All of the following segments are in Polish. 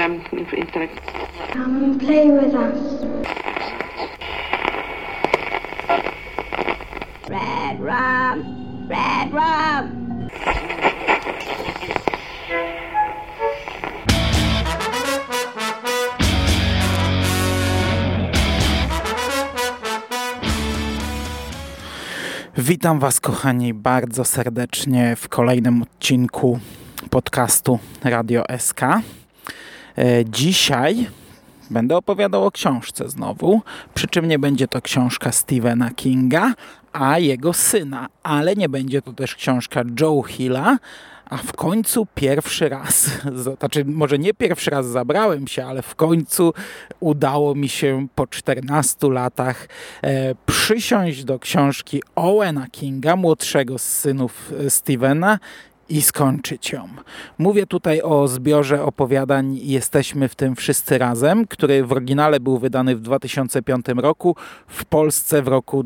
Come and play with us. Red rum, red rum. Witam Was, kochani, bardzo serdecznie w kolejnym odcinku podcastu Radio SK. Dzisiaj będę opowiadał o książce znowu, przy czym nie będzie to książka Stephena Kinga, a jego syna, ale nie będzie to też książka Joe Hilla, a w końcu pierwszy raz, znaczy może nie pierwszy raz zabrałem się, ale w końcu udało mi się po 14 latach przysiąść do książki Owena Kinga, młodszego z synów Stephena, i skończyć ją. Mówię tutaj o zbiorze opowiadań Jesteśmy w tym wszyscy razem, który w oryginale był wydany w 2005 roku, w Polsce w roku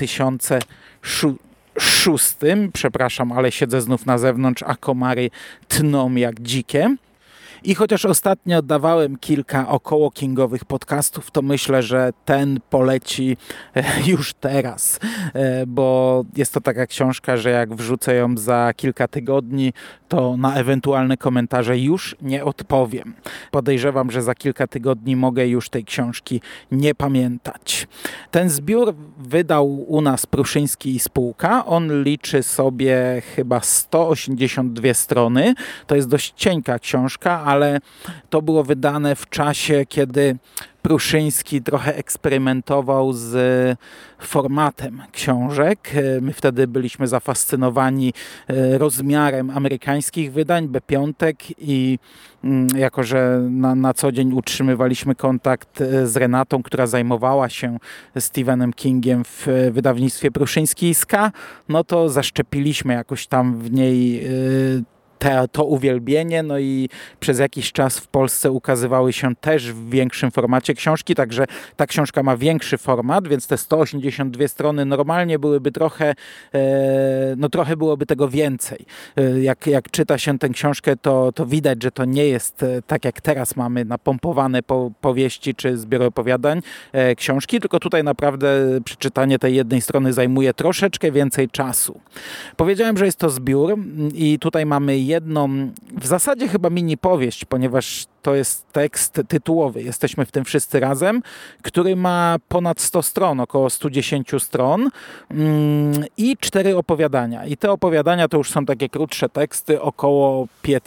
2006. Przepraszam, ale siedzę znów na zewnątrz, a komary tną jak dzikie. I chociaż ostatnio oddawałem kilka około kingowych podcastów, to myślę, że ten poleci już teraz, bo jest to taka książka, że jak wrzucę ją za kilka tygodni, to na ewentualne komentarze już nie odpowiem. Podejrzewam, że za kilka tygodni mogę już tej książki nie pamiętać. Ten zbiór wydał u nas Pruszyński i spółka. On liczy sobie chyba 182 strony. To jest dość cienka książka, ale to było wydane w czasie, kiedy Pruszyński trochę eksperymentował z formatem książek. My wtedy byliśmy zafascynowani rozmiarem amerykańskich wydań, B5, i jako że na co dzień utrzymywaliśmy kontakt z Renatą, która zajmowała się Stephenem Kingiem w wydawnictwie Pruszyński i Ska, no to zaszczepiliśmy jakoś tam w niej to uwielbienie, no i przez jakiś czas w Polsce ukazywały się też w większym formacie książki, także ta książka ma większy format, więc te 182 strony normalnie byłyby trochę byłoby tego więcej. Jak czyta się tę książkę, to widać, że to nie jest tak jak teraz mamy napompowane powieści czy zbiory opowiadań, książki, tylko tutaj naprawdę przeczytanie tej jednej strony zajmuje troszeczkę więcej czasu. Powiedziałem, że jest to zbiór i tutaj mamy jedną, w zasadzie chyba mini powieść, ponieważ to jest tekst tytułowy. Jesteśmy w tym wszyscy razem, który ma ponad 100 stron, około 110 stron i 4 opowiadania. I te opowiadania to już są takie krótsze teksty, około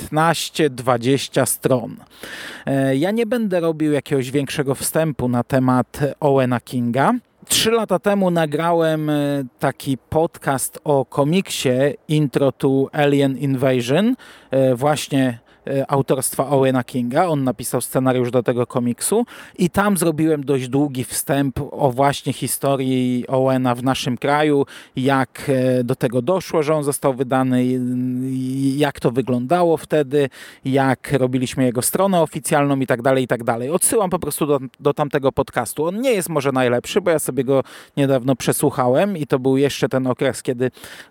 15-20 stron. Ja nie będę robił jakiegoś większego wstępu na temat Owena Kinga. 3 lata temu nagrałem taki podcast o komiksie Intro to Alien Invasion, właśnie autorstwa Owena Kinga. On napisał scenariusz do tego komiksu i tam zrobiłem dość długi wstęp o właśnie historii Owena w naszym kraju, jak do tego doszło, że on został wydany, jak to wyglądało wtedy, jak robiliśmy jego stronę oficjalną i tak dalej, i tak dalej. Odsyłam po prostu do tamtego podcastu. On nie jest może najlepszy, bo ja sobie go niedawno przesłuchałem i to był jeszcze ten okres, kiedy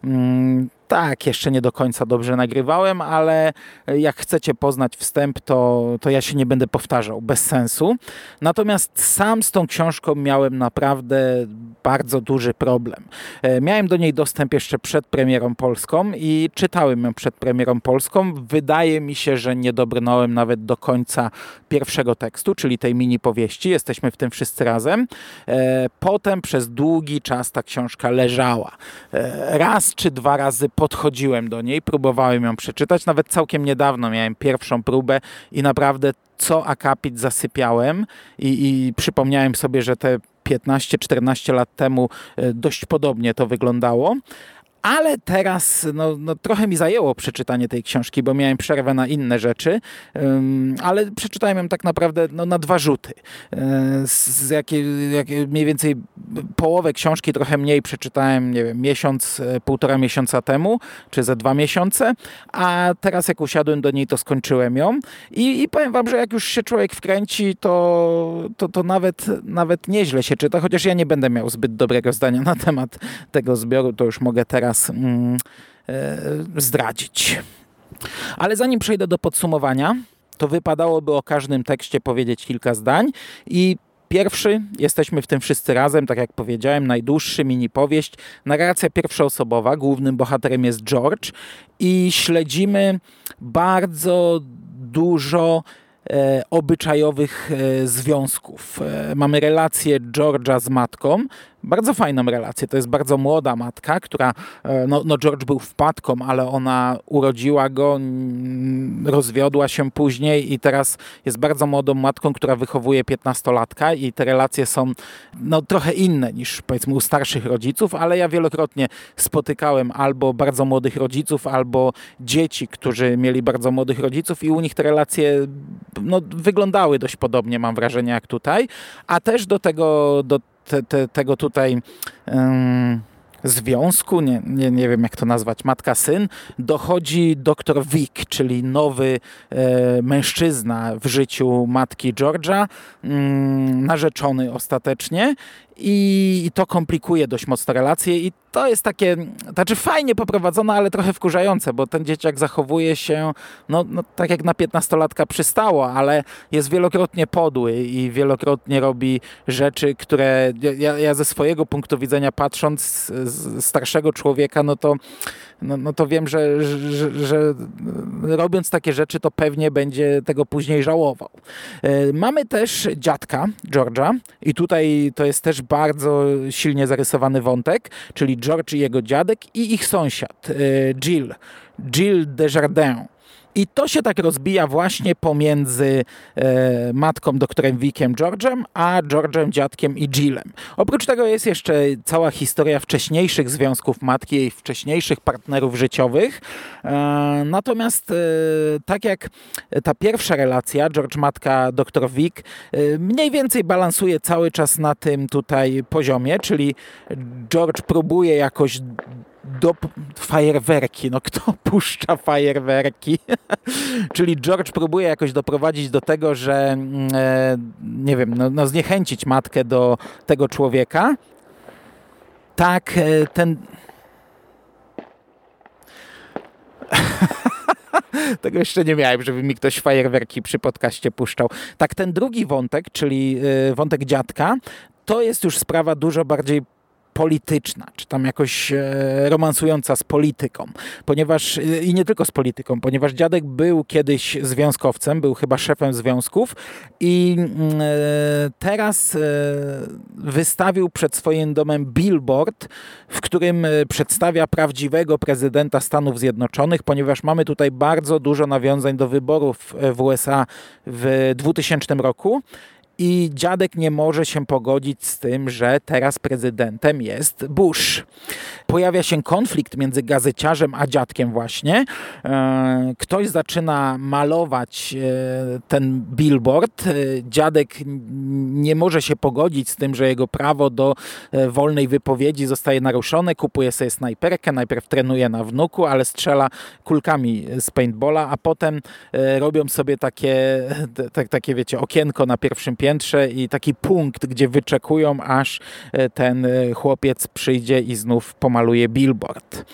jeszcze nie do końca dobrze nagrywałem, ale jak chcecie poznać wstęp, to ja się nie będę powtarzał, bez sensu. Natomiast sam z tą książką miałem naprawdę bardzo duży problem. Miałem do niej dostęp jeszcze przed premierą polską i czytałem ją przed premierą polską. Wydaje mi się, że nie dobrnąłem nawet do końca pierwszego tekstu, czyli tej mini powieści. Jesteśmy w tym wszyscy razem. Potem przez długi czas ta książka leżała. Raz czy 2 razy podchodziłem do niej, próbowałem ją przeczytać. Nawet całkiem niedawno miałem pierwszą próbę i naprawdę co akapit zasypiałem i przypomniałem sobie, że te 15-14 lat temu dość podobnie to wyglądało. Ale teraz trochę mi zajęło przeczytanie tej książki, bo miałem przerwę na inne rzeczy, ale przeczytałem ją tak naprawdę na 2 rzuty. Mniej więcej połowę książki, trochę mniej przeczytałem, nie wiem, miesiąc, 1,5 miesiąca temu, czy ze 2 miesiące, a teraz jak usiadłem do niej, to skończyłem ją i powiem wam, że jak już się człowiek wkręci, to nawet nieźle się czyta, chociaż ja nie będę miał zbyt dobrego zdania na temat tego zbioru, to już mogę teraz zdradzić. Ale zanim przejdę do podsumowania, to wypadałoby o każdym tekście powiedzieć kilka zdań i pierwszy, jesteśmy w tym wszyscy razem, tak jak powiedziałem, najdłuższy, mini powieść, narracja pierwszoosobowa, głównym bohaterem jest George i śledzimy bardzo dużo obyczajowych związków. Mamy relację George'a z matką, bardzo fajną relację. To jest bardzo młoda matka, która, George był wpadką, ale ona urodziła go, rozwiodła się później i teraz jest bardzo młodą matką, która wychowuje 15-latka i te relacje są trochę inne niż powiedzmy u starszych rodziców, ale ja wielokrotnie spotykałem albo bardzo młodych rodziców, albo dzieci, którzy mieli bardzo młodych rodziców i u nich te relacje wyglądały dość podobnie, mam wrażenie, jak tutaj, a też do tego tutaj związku, nie wiem jak to nazwać, matka-syn, dochodzi dr Vic, czyli nowy mężczyzna w życiu matki George'a, narzeczony ostatecznie i to komplikuje dość mocno relacje i to jest takie, fajnie poprowadzone, ale trochę wkurzające, bo ten dzieciak zachowuje się tak jak na 15-latka przystało, ale jest wielokrotnie podły i wielokrotnie robi rzeczy, które ja ze swojego punktu widzenia patrząc z starszego człowieka, to wiem, że robiąc takie rzeczy, to pewnie będzie tego później żałował. Mamy też dziadka George'a i tutaj to jest też bardzo silnie zarysowany wątek, czyli George i jego dziadek i ich sąsiad, Jill Desjardins. I to się tak rozbija właśnie pomiędzy matką, doktorem Vickiem George'em, a George'em, dziadkiem i Jillem. Oprócz tego jest jeszcze cała historia wcześniejszych związków matki, jej wcześniejszych partnerów życiowych. Natomiast tak jak ta pierwsza relacja, George-matka, doktor Vic, mniej więcej balansuje cały czas na tym tutaj poziomie, czyli George próbuje jakoś fajerwerki. Kto puszcza fajerwerki? Czyli George próbuje jakoś doprowadzić do tego, że nie wiem, zniechęcić matkę do tego człowieka. Tak, tego jeszcze nie miałem, żeby mi ktoś fajerwerki przy podcaście puszczał. Tak, ten drugi wątek, czyli wątek dziadka, to jest już sprawa dużo bardziej polityczna, czy tam jakoś romansująca z polityką, ponieważ i nie tylko z polityką, ponieważ dziadek był kiedyś związkowcem, był chyba szefem związków i teraz wystawił przed swoim domem billboard, w którym przedstawia prawdziwego prezydenta Stanów Zjednoczonych, ponieważ mamy tutaj bardzo dużo nawiązań do wyborów w USA w 2000 roku. I dziadek nie może się pogodzić z tym, że teraz prezydentem jest Bush. Pojawia się konflikt między gazeciarzem a dziadkiem właśnie. Ktoś zaczyna malować ten billboard. Dziadek nie może się pogodzić z tym, że jego prawo do wolnej wypowiedzi zostaje naruszone. Kupuje sobie snajperkę, najpierw trenuje na wnuku, ale strzela kulkami z paintballa, a potem robią sobie takie wiecie, okienko na pierwszym piętrze i taki punkt, gdzie wyczekują, aż ten chłopiec przyjdzie i znów pomaluje billboard.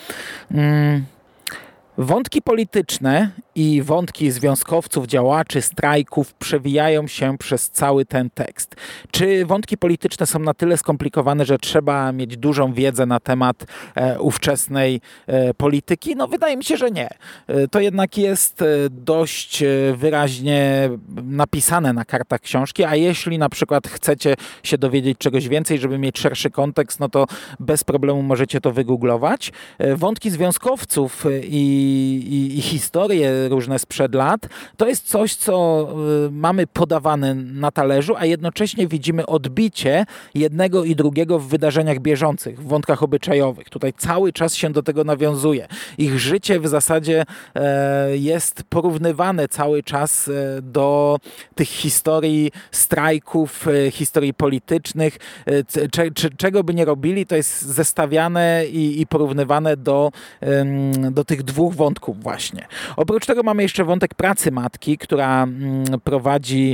Wątki polityczne i wątki związkowców, działaczy, strajków przewijają się przez cały ten tekst. Czy wątki polityczne są na tyle skomplikowane, że trzeba mieć dużą wiedzę na temat ówczesnej polityki? Wydaje mi się, że nie. To jednak jest dość wyraźnie napisane na kartach książki, a jeśli na przykład chcecie się dowiedzieć czegoś więcej, żeby mieć szerszy kontekst, to bez problemu możecie to wygooglować. Wątki związkowców i historie różne sprzed lat, to jest coś, co mamy podawane na talerzu, a jednocześnie widzimy odbicie jednego i drugiego w wydarzeniach bieżących, w wątkach obyczajowych. Tutaj cały czas się do tego nawiązuje. Ich życie w zasadzie jest porównywane cały czas do tych historii strajków, historii politycznych. Czego by nie robili, to jest zestawiane i porównywane do tych dwóch wątków właśnie. Oprócz tego mamy jeszcze wątek pracy matki, która prowadzi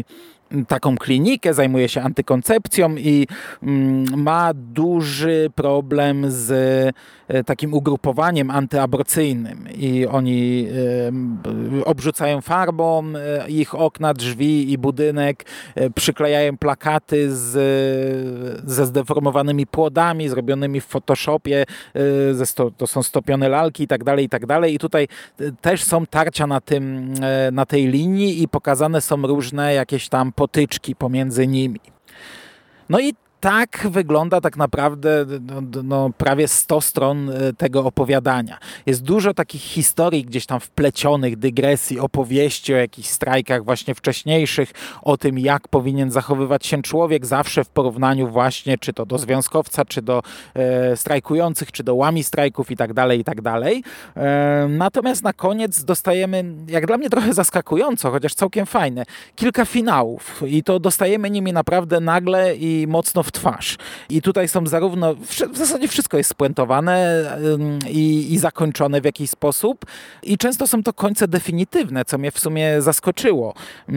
taką klinikę, zajmuje się antykoncepcją i ma duży problem z takim ugrupowaniem antyaborcyjnym i oni obrzucają farbą ich okna, drzwi i budynek, przyklejają plakaty ze zdeformowanymi płodami, zrobionymi w Photoshopie, to są stopione lalki i tak dalej, i tak dalej. I tutaj też są tarcia na tej linii i pokazane są różne jakieś tam potyczki pomiędzy nimi. No i tak wygląda tak naprawdę prawie 100 stron tego opowiadania. Jest dużo takich historii gdzieś tam wplecionych, dygresji, opowieści o jakichś strajkach właśnie wcześniejszych, o tym, jak powinien zachowywać się człowiek, zawsze w porównaniu właśnie czy to do związkowca, czy do strajkujących, czy do łami strajków i tak dalej, i tak dalej. Natomiast na koniec dostajemy, jak dla mnie trochę zaskakująco, chociaż całkiem fajne, kilka finałów i to dostajemy nimi naprawdę nagle i mocno w twarz. I tutaj są zarówno, w zasadzie wszystko jest spuentowane i zakończone w jakiś sposób i często są to końce definitywne, co mnie w sumie zaskoczyło.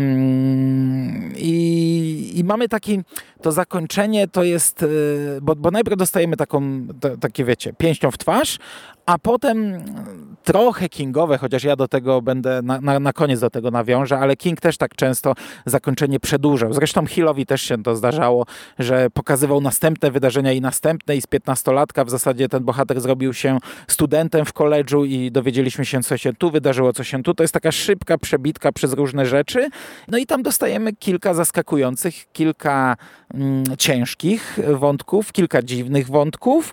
I mamy to zakończenie to jest, bo najpierw dostajemy takie wiecie, pięścią w twarz, a potem trochę kingowe, chociaż ja do tego będę, na koniec do tego nawiążę, ale King też tak często zakończenie przedłużał. Zresztą Hillowi też się to zdarzało, że pokazywał następne wydarzenia i następne i z 15-latka w zasadzie ten bohater zrobił się studentem w koledżu i dowiedzieliśmy się, co się tu wydarzyło, co się tu. To jest taka szybka przebitka przez różne rzeczy. No i tam dostajemy kilka zaskakujących, kilka ciężkich wątków, kilka dziwnych wątków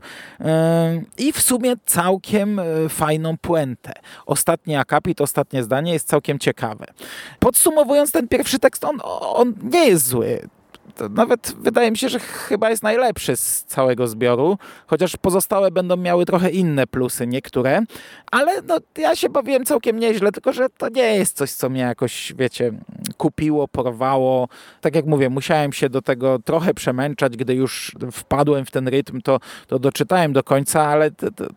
i w sumie całkiem fajną puentę. Ostatni akapit, ostatnie zdanie jest całkiem ciekawe. Podsumowując ten pierwszy tekst, on nie jest zły. To nawet wydaje mi się, że chyba jest najlepszy z całego zbioru, chociaż pozostałe będą miały trochę inne plusy, niektóre, ale ja się bawiłem całkiem nieźle, tylko że to nie jest coś, co mnie jakoś, wiecie, kupiło, porwało. Tak jak mówię, musiałem się do tego trochę przemęczać, gdy już wpadłem w ten rytm, to doczytałem do końca, ale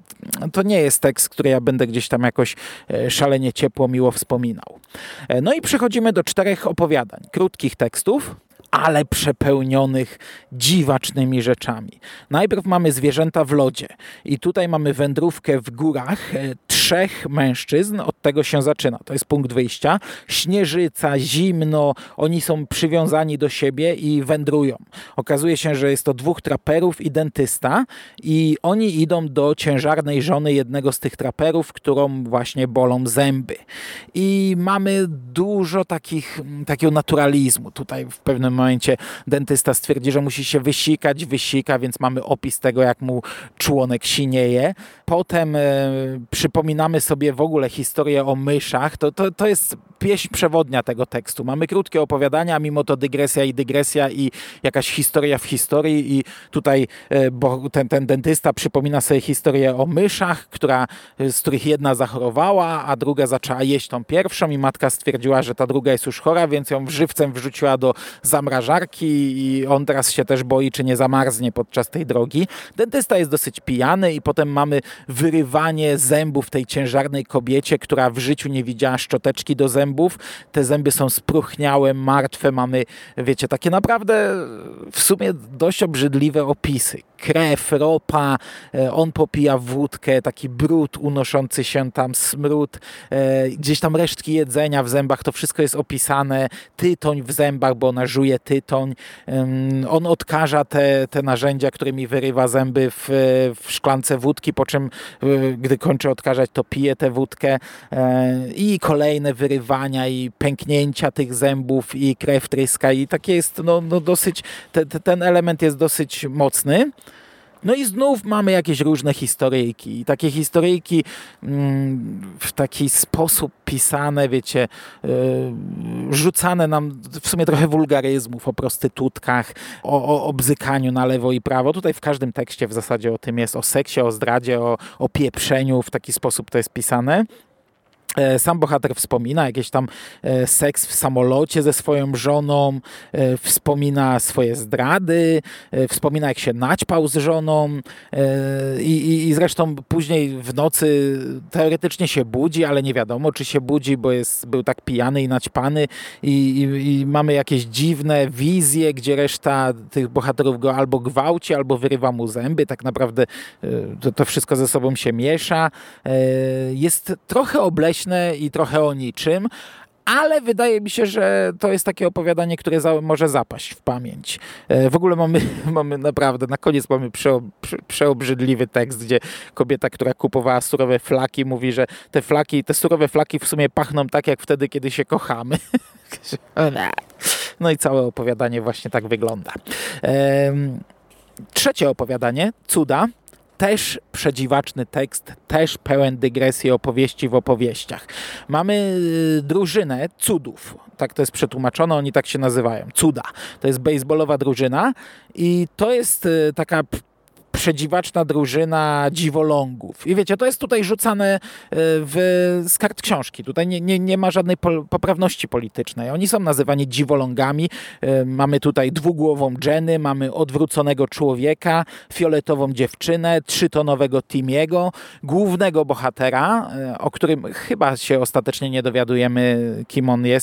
to nie jest tekst, który ja będę gdzieś tam jakoś szalenie ciepło, miło wspominał. No i przechodzimy do 4 opowiadań, krótkich tekstów, ale przepełnionych dziwacznymi rzeczami. Najpierw mamy zwierzęta w lodzie i tutaj mamy wędrówkę w górach 3 mężczyzn, od tego się zaczyna. To jest punkt wyjścia. Śnieżyca, zimno, oni są przywiązani do siebie i wędrują. Okazuje się, że jest to 2 traperów i dentysta i oni idą do ciężarnej żony jednego z tych traperów, którą właśnie bolą zęby. I mamy dużo takiego naturalizmu. Tutaj w pewnym momencie dentysta stwierdzi, że musi się wysika, więc mamy opis tego, jak mu członek sinieje. Potem przypominamy sobie w ogóle historię o myszach. To jest pieśń przewodnia tego tekstu. Mamy krótkie opowiadania, mimo to dygresja i jakaś historia w historii i tutaj bo ten dentysta przypomina sobie historię o myszach, z których jedna zachorowała, a druga zaczęła jeść tą pierwszą i matka stwierdziła, że ta druga jest już chora, więc ją żywcem wrzuciła do zamrażarki i on teraz się też boi, czy nie zamarznie podczas tej drogi. Dentysta jest dosyć pijany i potem mamy wyrywanie zębów tej ciężarnej kobiecie, która w życiu nie widziała szczoteczki do zębów. Te zęby są spróchniałe, martwe. Mamy, wiecie, takie naprawdę w sumie dość obrzydliwe opisy. Krew, ropa, on popija wódkę, taki brud unoszący się tam, smród, gdzieś tam resztki jedzenia w zębach, to wszystko jest opisane, tytoń w zębach, bo ona żuje tytoń, on odkaża te narzędzia, którymi wyrywa zęby w szklance wódki, po czym gdy kończy odkażać, to pije tę wódkę i kolejne wyrywania i pęknięcia tych zębów i krew tryska i takie jest dosyć, ten element jest dosyć mocny. No i znów mamy jakieś różne historyjki. I takie historyjki w taki sposób pisane, wiecie, rzucane nam w sumie trochę wulgaryzmów o prostytutkach, o bzykaniu na lewo i prawo. Tutaj w każdym tekście w zasadzie o tym jest, o seksie, o zdradzie, o pieprzeniu. W taki sposób to jest pisane. Sam bohater wspomina jakiś tam seks w samolocie ze swoją żoną, wspomina swoje zdrady, wspomina jak się naćpał z żoną i zresztą później w nocy teoretycznie się budzi, ale nie wiadomo czy się budzi, bo był tak pijany i naćpany i mamy jakieś dziwne wizje, gdzie reszta tych bohaterów go albo gwałci, albo wyrywa mu zęby. Tak naprawdę to wszystko ze sobą się miesza. Jest trochę obleśne i trochę o niczym, ale wydaje mi się, że to jest takie opowiadanie, które może zapaść w pamięć. W ogóle mamy naprawdę, na koniec mamy przeobrzydliwy tekst, gdzie kobieta, która kupowała surowe flaki, mówi, że te surowe flaki w sumie pachną tak, jak wtedy, kiedy się kochamy. No i całe opowiadanie właśnie tak wygląda. Trzecie opowiadanie, Cuda. Też przedziwaczny tekst, też pełen dygresji opowieści w opowieściach. Mamy drużynę cudów, tak to jest przetłumaczone, oni tak się nazywają, cuda. To jest bejsbolowa drużyna i to jest taka przedziwaczna drużyna dziwolągów. I wiecie, to jest tutaj rzucane z kart książki. Tutaj nie ma żadnej poprawności politycznej. Oni są nazywani dziwolągami. Mamy tutaj dwugłową Jenny, mamy odwróconego człowieka, fioletową dziewczynę, 3-tonowego Timiego, głównego bohatera, o którym chyba się ostatecznie nie dowiadujemy, kim on jest,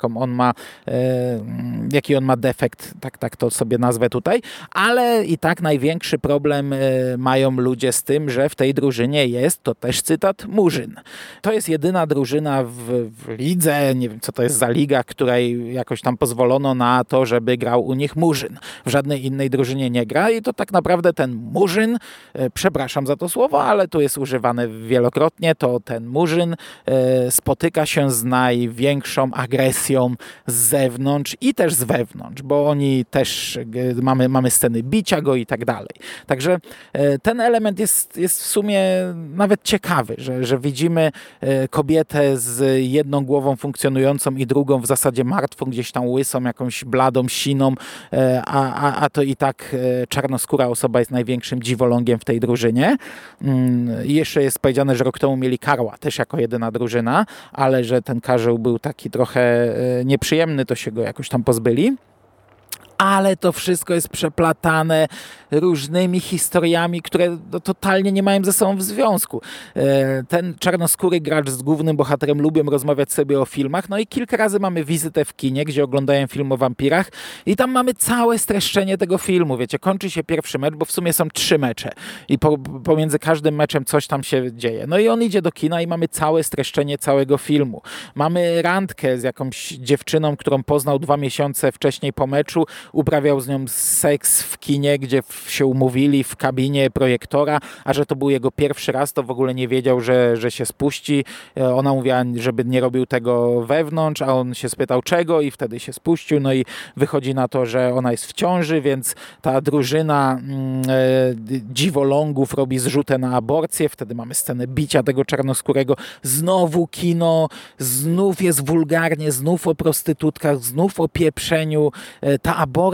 jaki on ma defekt, tak to sobie nazwę tutaj, ale i tak największy problem mają ludzie z tym, że w tej drużynie jest, to też cytat, murzyn. To jest jedyna drużyna w lidze, nie wiem co to jest za liga, której jakoś tam pozwolono na to, żeby grał u nich murzyn. W żadnej innej drużynie nie gra i to tak naprawdę ten murzyn, przepraszam za to słowo, ale tu jest używane wielokrotnie, to ten murzyn spotyka się z największą agresją z zewnątrz i też z wewnątrz, bo oni też mamy sceny bicia go i tak dalej. Także ten element jest w sumie nawet ciekawy, że widzimy kobietę z jedną głową funkcjonującą i drugą w zasadzie martwą, gdzieś tam łysą, jakąś bladą, siną, a to i tak czarnoskóra osoba jest największym dziwolągiem w tej drużynie. I jeszcze jest powiedziane, że rok temu mieli Karła, też jako jedyna drużyna, ale że ten Karzeł był taki trochę nieprzyjemny, to się go jakoś tam pozbyli. Ale to wszystko jest przeplatane różnymi historiami, które totalnie nie mają ze sobą w związku. Ten czarnoskóry gracz z głównym bohaterem lubią rozmawiać sobie o filmach, no i kilka razy mamy wizytę w kinie, gdzie oglądają film o wampirach i tam mamy całe streszczenie tego filmu. Wiecie, kończy się pierwszy mecz, bo w sumie są 3 mecze i pomiędzy każdym meczem coś tam się dzieje. No i on idzie do kina i mamy całe streszczenie całego filmu. Mamy randkę z jakąś dziewczyną, którą poznał 2 miesiące wcześniej po meczu, uprawiał z nią seks w kinie, gdzie się umówili w kabinie projektora, a że to był jego pierwszy raz, to w ogóle nie wiedział, że się spuści. Ona mówiła, żeby nie robił tego wewnątrz, a on się spytał czego i wtedy się spuścił. No i wychodzi na to, że ona jest w ciąży, więc ta drużyna dziwolągów robi zrzutę na aborcję. Wtedy mamy scenę bicia tego czarnoskórego. Znowu kino, znów jest wulgarnie, znów o prostytutkach, znów o pieprzeniu. Ta aborcja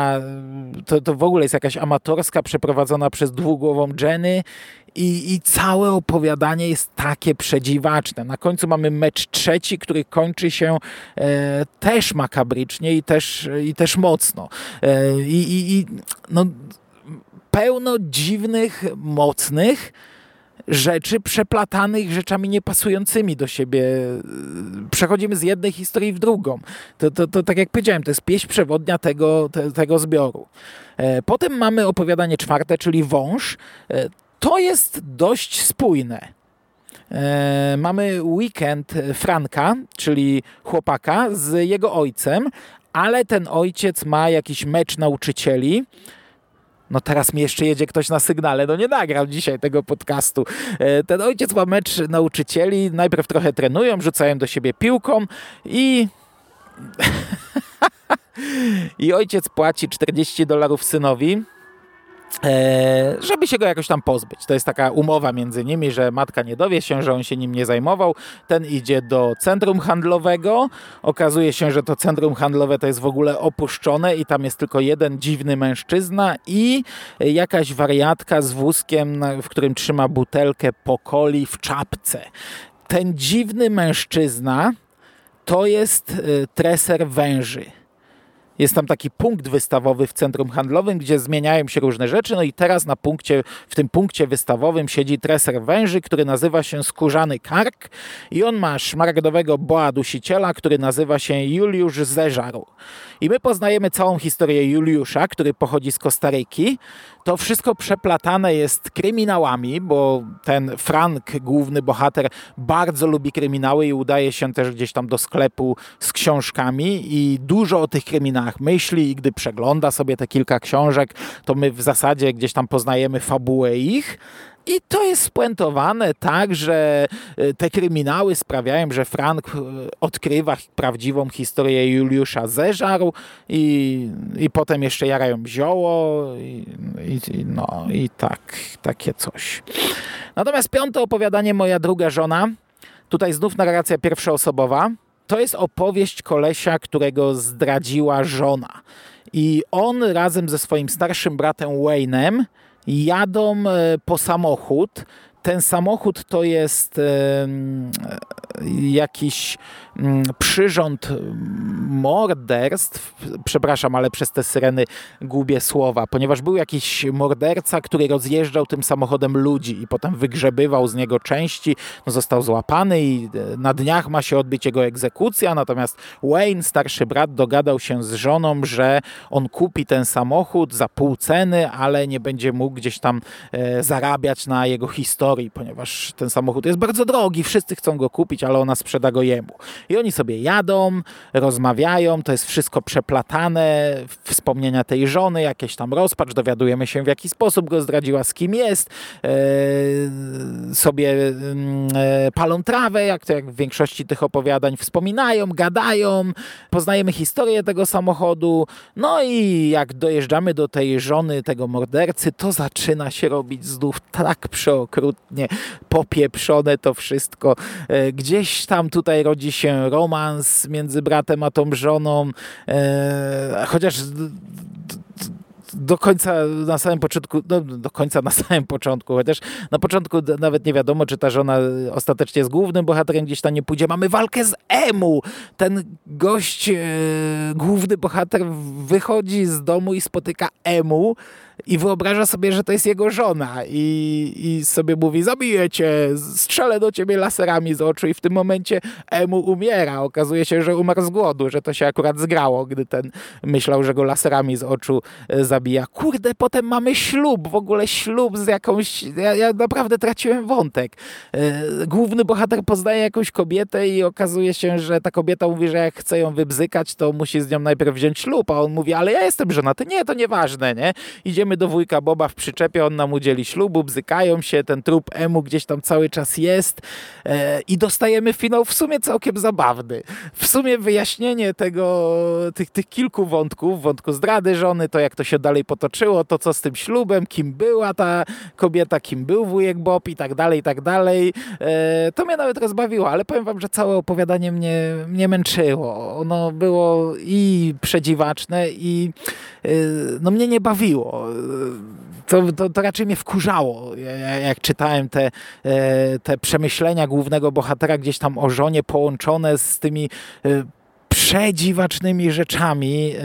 to w ogóle jest jakaś amatorska, przeprowadzona przez dwugłową Jenny i całe opowiadanie jest takie przedziwaczne. Na końcu mamy mecz trzeci, który kończy się też makabrycznie i też mocno. No, pełno dziwnych, mocnych rzeczy przeplatanych rzeczami niepasującymi do siebie. Przechodzimy z jednej historii w drugą. To tak jak powiedziałem, to jest pieśń przewodnia tego zbioru. Potem mamy opowiadanie czwarte, czyli Wąż. To jest dość spójne. Mamy weekend Franka, czyli chłopaka z jego ojcem, ale ten ojciec ma jakiś mecz nauczycieli. No teraz mi jeszcze jedzie ktoś na sygnale, no nie nagram dzisiaj tego podcastu. Ten ojciec ma mecz nauczycieli, najpierw trochę trenują, rzucają do siebie piłką i i ojciec płaci $40 synowi, żeby się go jakoś tam pozbyć. To jest taka umowa między nimi, że matka nie dowie się, że on się nim nie zajmował. Ten idzie do centrum handlowego. Okazuje się, że to centrum handlowe to jest w ogóle opuszczone i tam jest tylko jeden dziwny mężczyzna i jakaś wariatka z wózkiem, w którym trzyma butelkę po coli w czapce. ten dziwny mężczyzna to jest treser węży. Jest tam taki punkt wystawowy w centrum handlowym, gdzie zmieniają się różne rzeczy. No i teraz w tym punkcie wystawowym siedzi treser węży, który nazywa się Skórzany Kark i on ma szmaragdowego boa dusiciela, który nazywa się Juliusz Zeżarł. I my poznajemy całą historię Juliusza, który pochodzi z Kostaryki. To wszystko przeplatane jest kryminałami, bo ten Frank, główny bohater, bardzo lubi kryminały i udaje się też gdzieś tam do sklepu z książkami i dużo o tych kryminałach myśli i gdy przegląda sobie te kilka książek, to my w zasadzie gdzieś tam poznajemy fabułę ich. I to jest spuentowane tak, że te kryminały sprawiają, że Frank odkrywa prawdziwą historię Juliusza Zeżarł i potem jeszcze jarają zioło i takie coś. Natomiast piąte opowiadanie, Moja druga żona, tutaj znów narracja pierwszoosobowa. To jest opowieść kolesia, którego zdradziła żona. I on razem ze swoim starszym bratem Wayne'em jadą po samochód. Ten samochód to jest jakiś przyrząd morderstw. Przepraszam, ale przez te syreny gubię słowa, ponieważ był jakiś morderca, który rozjeżdżał tym samochodem ludzi i potem wygrzebywał z niego części. No, został złapany i na dniach ma się odbyć jego egzekucja, natomiast Wayne, starszy brat, dogadał się z żoną, że on kupi ten samochód za pół ceny, ale nie będzie mógł gdzieś tam zarabiać na jego historii, ponieważ ten samochód jest bardzo drogi, wszyscy chcą go kupić, ale ona sprzeda go jemu. I oni sobie jadą, rozmawiają, to jest wszystko przeplatane, wspomnienia tej żony, jakieś tam rozpacz, dowiadujemy się w jaki sposób go zdradziła, z kim jest, sobie palą trawę, jak to jak w większości tych opowiadań, wspominają, gadają, poznajemy historię tego samochodu, no i jak dojeżdżamy do tej żony tego mordercy, to zaczyna się robić znów tak przeokrutnie, popieprzone to wszystko. Gdzieś tam tutaj rodzi się romans między bratem a tą żoną, chociaż do końca na samym początku, chociaż na początku nawet nie wiadomo, czy ta żona ostatecznie z głównym bohaterem gdzieś tam nie pójdzie. Mamy walkę z Emu. Ten gość, główny bohater wychodzi z domu i spotyka Emu i wyobraża sobie, że to jest jego żona i sobie mówi: zabiję cię, strzelę do ciebie laserami z oczu, i w tym momencie Emu umiera. Okazuje się, że umarł z głodu, że to się akurat zgrało, gdy ten myślał, że go laserami z oczu zabija. Kurde, potem mamy ślub, w ogóle ślub z jakąś... Ja naprawdę traciłem wątek. Główny bohater poznaje jakąś kobietę i okazuje się, że ta kobieta mówi, że jak chce ją wybzykać, to musi z nią najpierw wziąć ślub, a on mówi: ale ja jestem żonaty. Nie, to nieważne, nie? Idziemy do wujka Boba w przyczepie, on nam udzieli ślubu, bzykają się, ten trup Emu gdzieś tam cały czas jest i dostajemy finał w sumie całkiem zabawny. W sumie wyjaśnienie tych kilku wątków, wątku zdrady żony, to jak to się dalej potoczyło, to co z tym ślubem, kim była ta kobieta, kim był wujek Bob i tak dalej, to mnie nawet rozbawiło, ale powiem wam, że całe opowiadanie mnie męczyło. Ono było i przedziwaczne i no mnie nie bawiło. To raczej mnie wkurzało, jak czytałem te przemyślenia głównego bohatera gdzieś tam o żonie połączone z tymi przedziwacznymi rzeczami.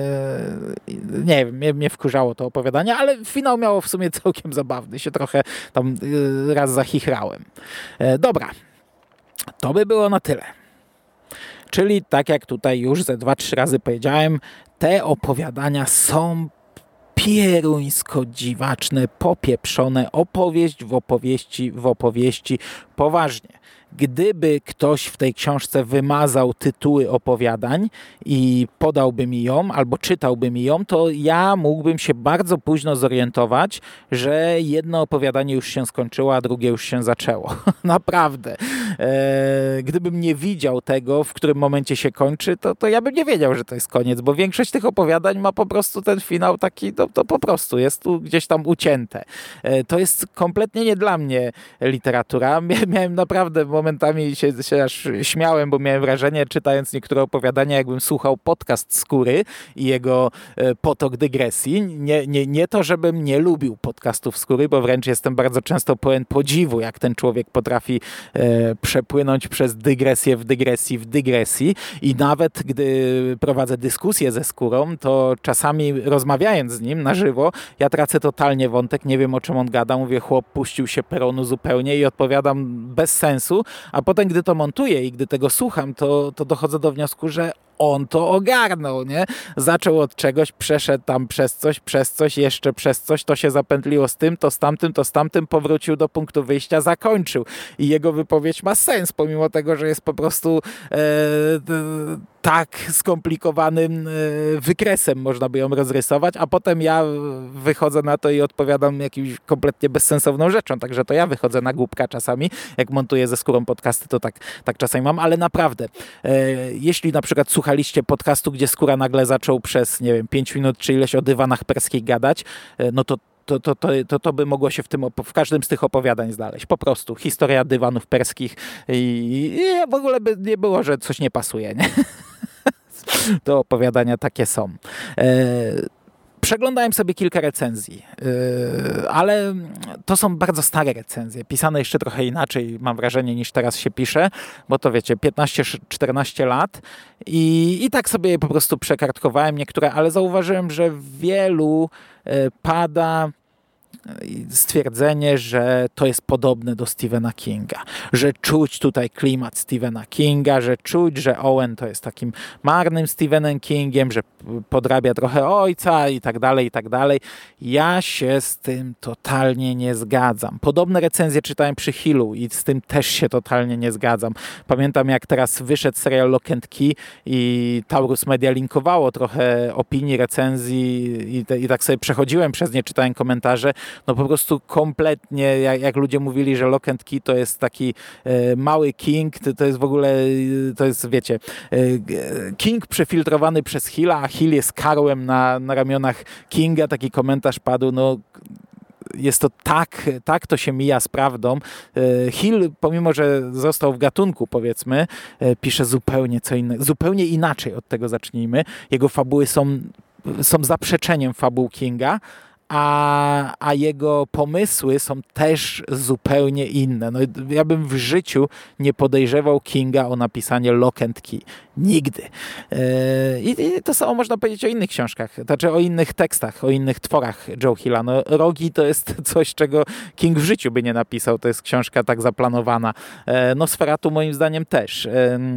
Nie wiem, mnie wkurzało to opowiadanie, ale finał miało w sumie całkiem zabawny. Się trochę tam raz zachichrałem. Dobra, to by było na tyle. Czyli tak jak tutaj już ze 2-3 razy powiedziałem, te opowiadania są pieruńsko dziwaczne, popieprzone, opowieść w opowieści, poważnie. Gdyby ktoś w tej książce wymazał tytuły opowiadań i podałby mi ją, albo czytałby mi ją, to ja mógłbym się bardzo późno zorientować, że jedno opowiadanie już się skończyło, a drugie już się zaczęło. Naprawdę. Gdybym nie widział tego, w którym momencie się kończy, to ja bym nie wiedział, że to jest koniec, bo większość tych opowiadań ma po prostu ten finał taki, to po prostu jest tu gdzieś tam ucięte. To jest kompletnie nie dla mnie literatura. Miałem naprawdę momentami się aż śmiałem, bo miałem wrażenie, czytając niektóre opowiadania, jakbym słuchał podcast Skóry i jego potok dygresji. Nie to, żebym nie lubił podcastów Skóry, bo wręcz jestem bardzo często pełen podziwu, jak ten człowiek potrafi przepłynąć przez dygresję w dygresji w dygresji i nawet gdy prowadzę dyskusję ze Skórą, to czasami rozmawiając z nim na żywo, ja tracę totalnie wątek, nie wiem o czym on gada, mówię chłop puścił się peronu zupełnie i odpowiadam bez sensu, a potem gdy to montuję i gdy tego słucham, to dochodzę do wniosku, że on to ogarnął, nie? Zaczął od czegoś, przeszedł tam przez coś, jeszcze przez coś, to się zapętliło z tym, to z tamtym, powrócił do punktu wyjścia, zakończył. I jego wypowiedź ma sens, pomimo tego, że jest po prostu tak skomplikowanym wykresem, można by ją rozrysować, a potem ja wychodzę na to i odpowiadam jakimś kompletnie bezsensowną rzeczą, także to ja wychodzę na głupka czasami, jak montuję ze Skórą podcasty, to tak czasami mam, ale naprawdę, jeśli na przykład słuchaliście podcastu, gdzie Skóra nagle zaczął przez, nie wiem, 5 minut czy ileś o dywanach perskich gadać, no to by mogło się w każdym z tych opowiadań znaleźć. Po prostu historia dywanów perskich i w ogóle by nie było, że coś nie pasuje, nie? To opowiadania takie są. Przeglądałem sobie kilka recenzji, ale to są bardzo stare recenzje, pisane jeszcze trochę inaczej, mam wrażenie, niż teraz się pisze, bo to wiecie, 15-14 lat i tak sobie je po prostu przekartkowałem niektóre, ale zauważyłem, że w wielu pada stwierdzenie, że to jest podobne do Stephena Kinga, że czuć tutaj klimat Stephena Kinga, że czuć, że Owen to jest takim marnym Stephenem Kingiem, że podrabia trochę ojca i tak dalej, i tak dalej. Ja się z tym totalnie nie zgadzam. Podobne recenzje czytałem przy Hillu i z tym też się totalnie nie zgadzam. Pamiętam, jak teraz wyszedł serial Lock and Key i Taurus Media linkowało trochę opinii, recenzji i tak sobie przechodziłem przez nie, czytałem komentarze. No po prostu kompletnie, jak ludzie mówili, że Lock and Key to jest taki mały King, to jest w ogóle, to jest, wiecie, King przefiltrowany przez Hilla, a Hill jest karłem na ramionach Kinga. Taki komentarz padł, no jest to tak to się mija z prawdą. Hill, pomimo że został w gatunku, powiedzmy, pisze zupełnie co innego, zupełnie inaczej, od tego zacznijmy. Jego fabuły są zaprzeczeniem fabuł Kinga, a jego pomysły są też zupełnie inne. No, ja bym w życiu nie podejrzewał Kinga o napisanie Lock and Key. Nigdy. I to samo można powiedzieć o innych książkach, znaczy o innych tekstach, o innych tworach Joe Hilla. No, Rogi to jest coś, czego King w życiu by nie napisał. To jest książka tak zaplanowana. Nosferatu moim zdaniem też.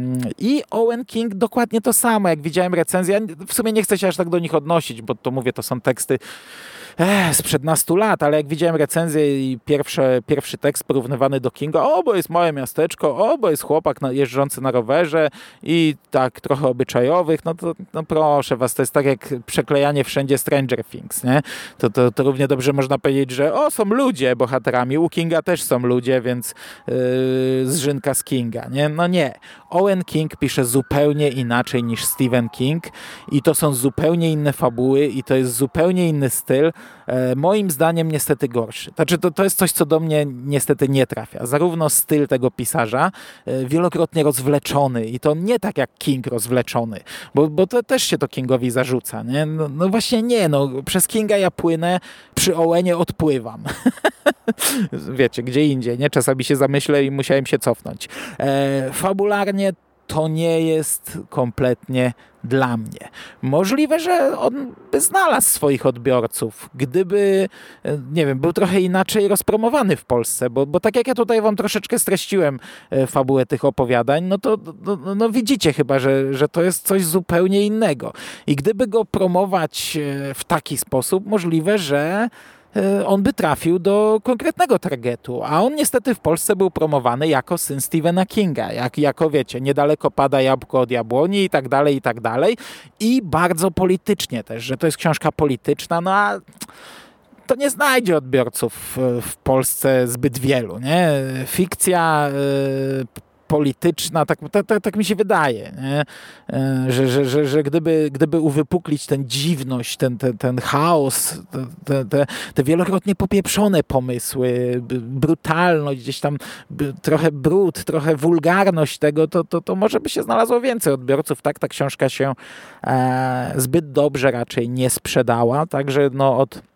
I Owen King dokładnie to samo. Jak widziałem recenzję, w sumie nie chcę się aż tak do nich odnosić, bo to mówię, to są teksty sprzed nastu lat, ale jak widziałem recenzję i pierwszy tekst porównywany do Kinga, bo jest małe miasteczko, bo jest chłopak jeżdżący na rowerze i tak trochę obyczajowych, no proszę was, to jest tak jak przeklejanie wszędzie Stranger Things, nie? To równie dobrze można powiedzieć, że są ludzie bohaterami, u Kinga też są ludzie, więc zżynka z Kinga, nie? No nie. Owen King pisze zupełnie inaczej niż Stephen King i to są zupełnie inne fabuły i to jest zupełnie inny styl. Moim zdaniem niestety gorszy. Znaczy to jest coś, co do mnie niestety nie trafia. Zarówno styl tego pisarza, wielokrotnie rozwleczony i to nie tak jak King rozwleczony, bo to też się to Kingowi zarzuca, nie? No właśnie nie, przez Kinga ja płynę, przy Owenie odpływam. Wiecie, gdzie indziej, nie? Czasami się zamyślę i musiałem się cofnąć. Fabularnie to nie jest kompletnie dla mnie. Możliwe, że on by znalazł swoich odbiorców, gdyby, nie wiem, był trochę inaczej rozpromowany w Polsce, bo tak jak ja tutaj wam troszeczkę streściłem fabułę tych opowiadań, no widzicie chyba, że to jest coś zupełnie innego. I gdyby go promować w taki sposób, możliwe, że on by trafił do konkretnego targetu, a on niestety w Polsce był promowany jako syn Stephena Kinga, jako wiecie, niedaleko pada jabłko od jabłoni i tak dalej i bardzo politycznie też, że to jest książka polityczna, no a to nie znajdzie odbiorców w Polsce zbyt wielu, nie? Fikcja polityczna, tak mi się wydaje, nie? Że gdyby uwypuklić tę dziwność, ten chaos, te wielokrotnie popieprzone pomysły, brutalność, gdzieś tam trochę brud, trochę wulgarność tego, to może by się znalazło więcej odbiorców. Tak, ta książka się zbyt dobrze raczej nie sprzedała, także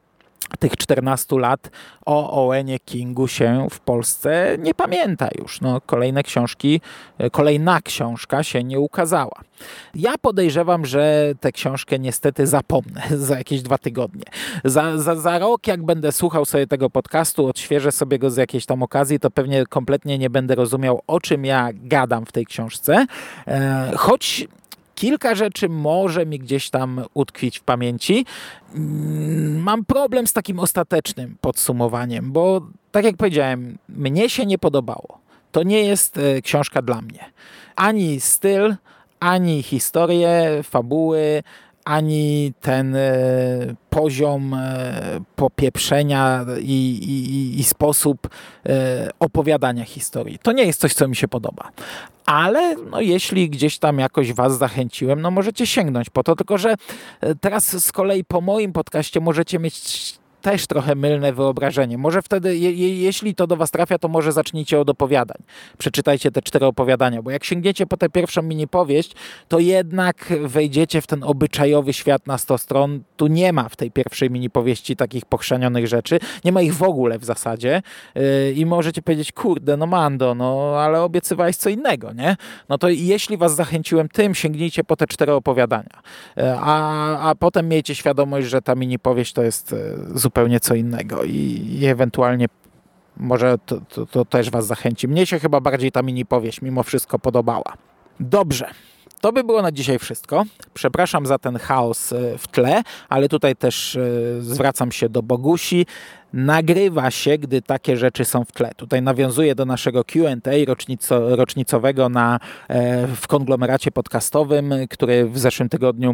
tych 14 lat o Owenie Kingu się w Polsce nie pamięta już. No, kolejna książka się nie ukazała. Ja podejrzewam, że tę książkę niestety zapomnę za jakieś 2 tygodnie. Za rok, jak będę słuchał sobie tego podcastu, odświeżę sobie go z jakiejś tam okazji, to pewnie kompletnie nie będę rozumiał, o czym ja gadam w tej książce. Choć kilka rzeczy może mi gdzieś tam utkwić w pamięci. Mam problem z takim ostatecznym podsumowaniem, bo tak jak powiedziałem, mnie się nie podobało. To nie jest książka dla mnie. Ani styl, ani historie, fabuły, ani ten poziom popieprzenia i sposób opowiadania historii. To nie jest coś, co mi się podoba. Ale no, jeśli gdzieś tam jakoś was zachęciłem, no możecie sięgnąć po to, tylko że teraz z kolei po moim podcaście możecie mieć też trochę mylne wyobrażenie. Może wtedy, jeśli to do was trafia, to może zacznijcie od opowiadań. Przeczytajcie te 4 opowiadania, bo jak sięgniecie po tę pierwszą mini powieść, to jednak wejdziecie w ten obyczajowy świat na 100 stron. Tu nie ma w tej pierwszej mini powieści takich pochrzanionych rzeczy. Nie ma ich w ogóle w zasadzie. I możecie powiedzieć, kurde, no Mando, no ale obiecywałeś co innego, nie? No to jeśli was zachęciłem tym, sięgnijcie po te 4 opowiadania. A potem miejcie świadomość, że ta mini powieść to jest zupełnie co innego i ewentualnie może to też was zachęci. Mnie się chyba bardziej ta mini powieść mimo wszystko podobała. Dobrze. To by było na dzisiaj wszystko. Przepraszam za ten chaos w tle, ale tutaj też zwracam się do Bogusi. Nagrywa się, gdy takie rzeczy są w tle. Tutaj nawiązuję do naszego Q&A rocznicowego w konglomeracie podcastowym, który w zeszłym tygodniu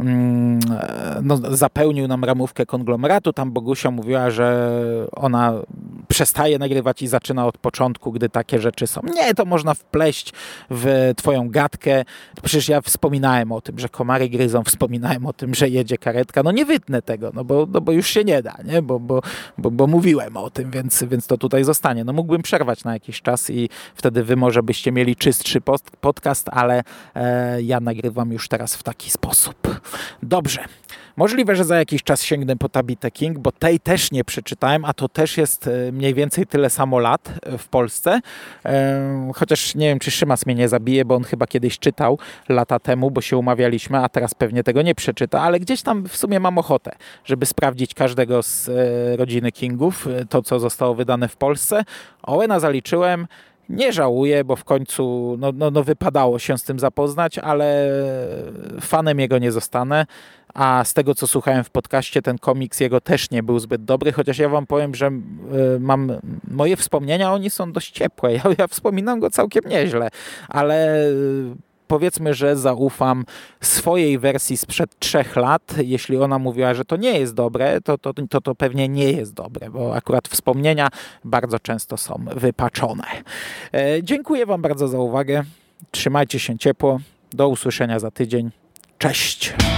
zapełnił nam ramówkę konglomeratu. Tam Bogusia mówiła, że ona przestaje nagrywać i zaczyna od początku, gdy takie rzeczy są. Nie, to można wpleść w twoją gadkę. Przecież ja wspominałem o tym, że komary gryzą, wspominałem o tym, że jedzie karetka. No nie wytnę tego, bo już się nie da, nie? Bo mówiłem o tym, więc to tutaj zostanie. No mógłbym przerwać na jakiś czas i wtedy wy może byście mieli czystszy podcast, ale ja nagrywam już teraz w taki sposób. Dobrze. Możliwe, że za jakiś czas sięgnę po Tabitę King, bo tej też nie przeczytałem, a to też jest mniej więcej tyle samo lat w Polsce. Chociaż nie wiem, czy Szymas mnie nie zabije, bo on chyba kiedyś czytał lata temu, bo się umawialiśmy, a teraz pewnie tego nie przeczyta, ale gdzieś tam w sumie mam ochotę, żeby sprawdzić każdego z rodziny Kingów, to co zostało wydane w Polsce. Owena zaliczyłem. Nie żałuję, bo w końcu wypadało się z tym zapoznać, ale fanem jego nie zostanę. A z tego, co słuchałem w podcaście, ten komiks jego też nie był zbyt dobry, chociaż ja wam powiem, że moje wspomnienia o nim są dość ciepłe. Ja wspominam go całkiem nieźle, ale powiedzmy, że zaufam swojej wersji sprzed 3 lat. Jeśli ona mówiła, że to nie jest dobre, to pewnie nie jest dobre, bo akurat wspomnienia bardzo często są wypaczone. Dziękuję wam bardzo za uwagę. Trzymajcie się ciepło. Do usłyszenia za tydzień. Cześć!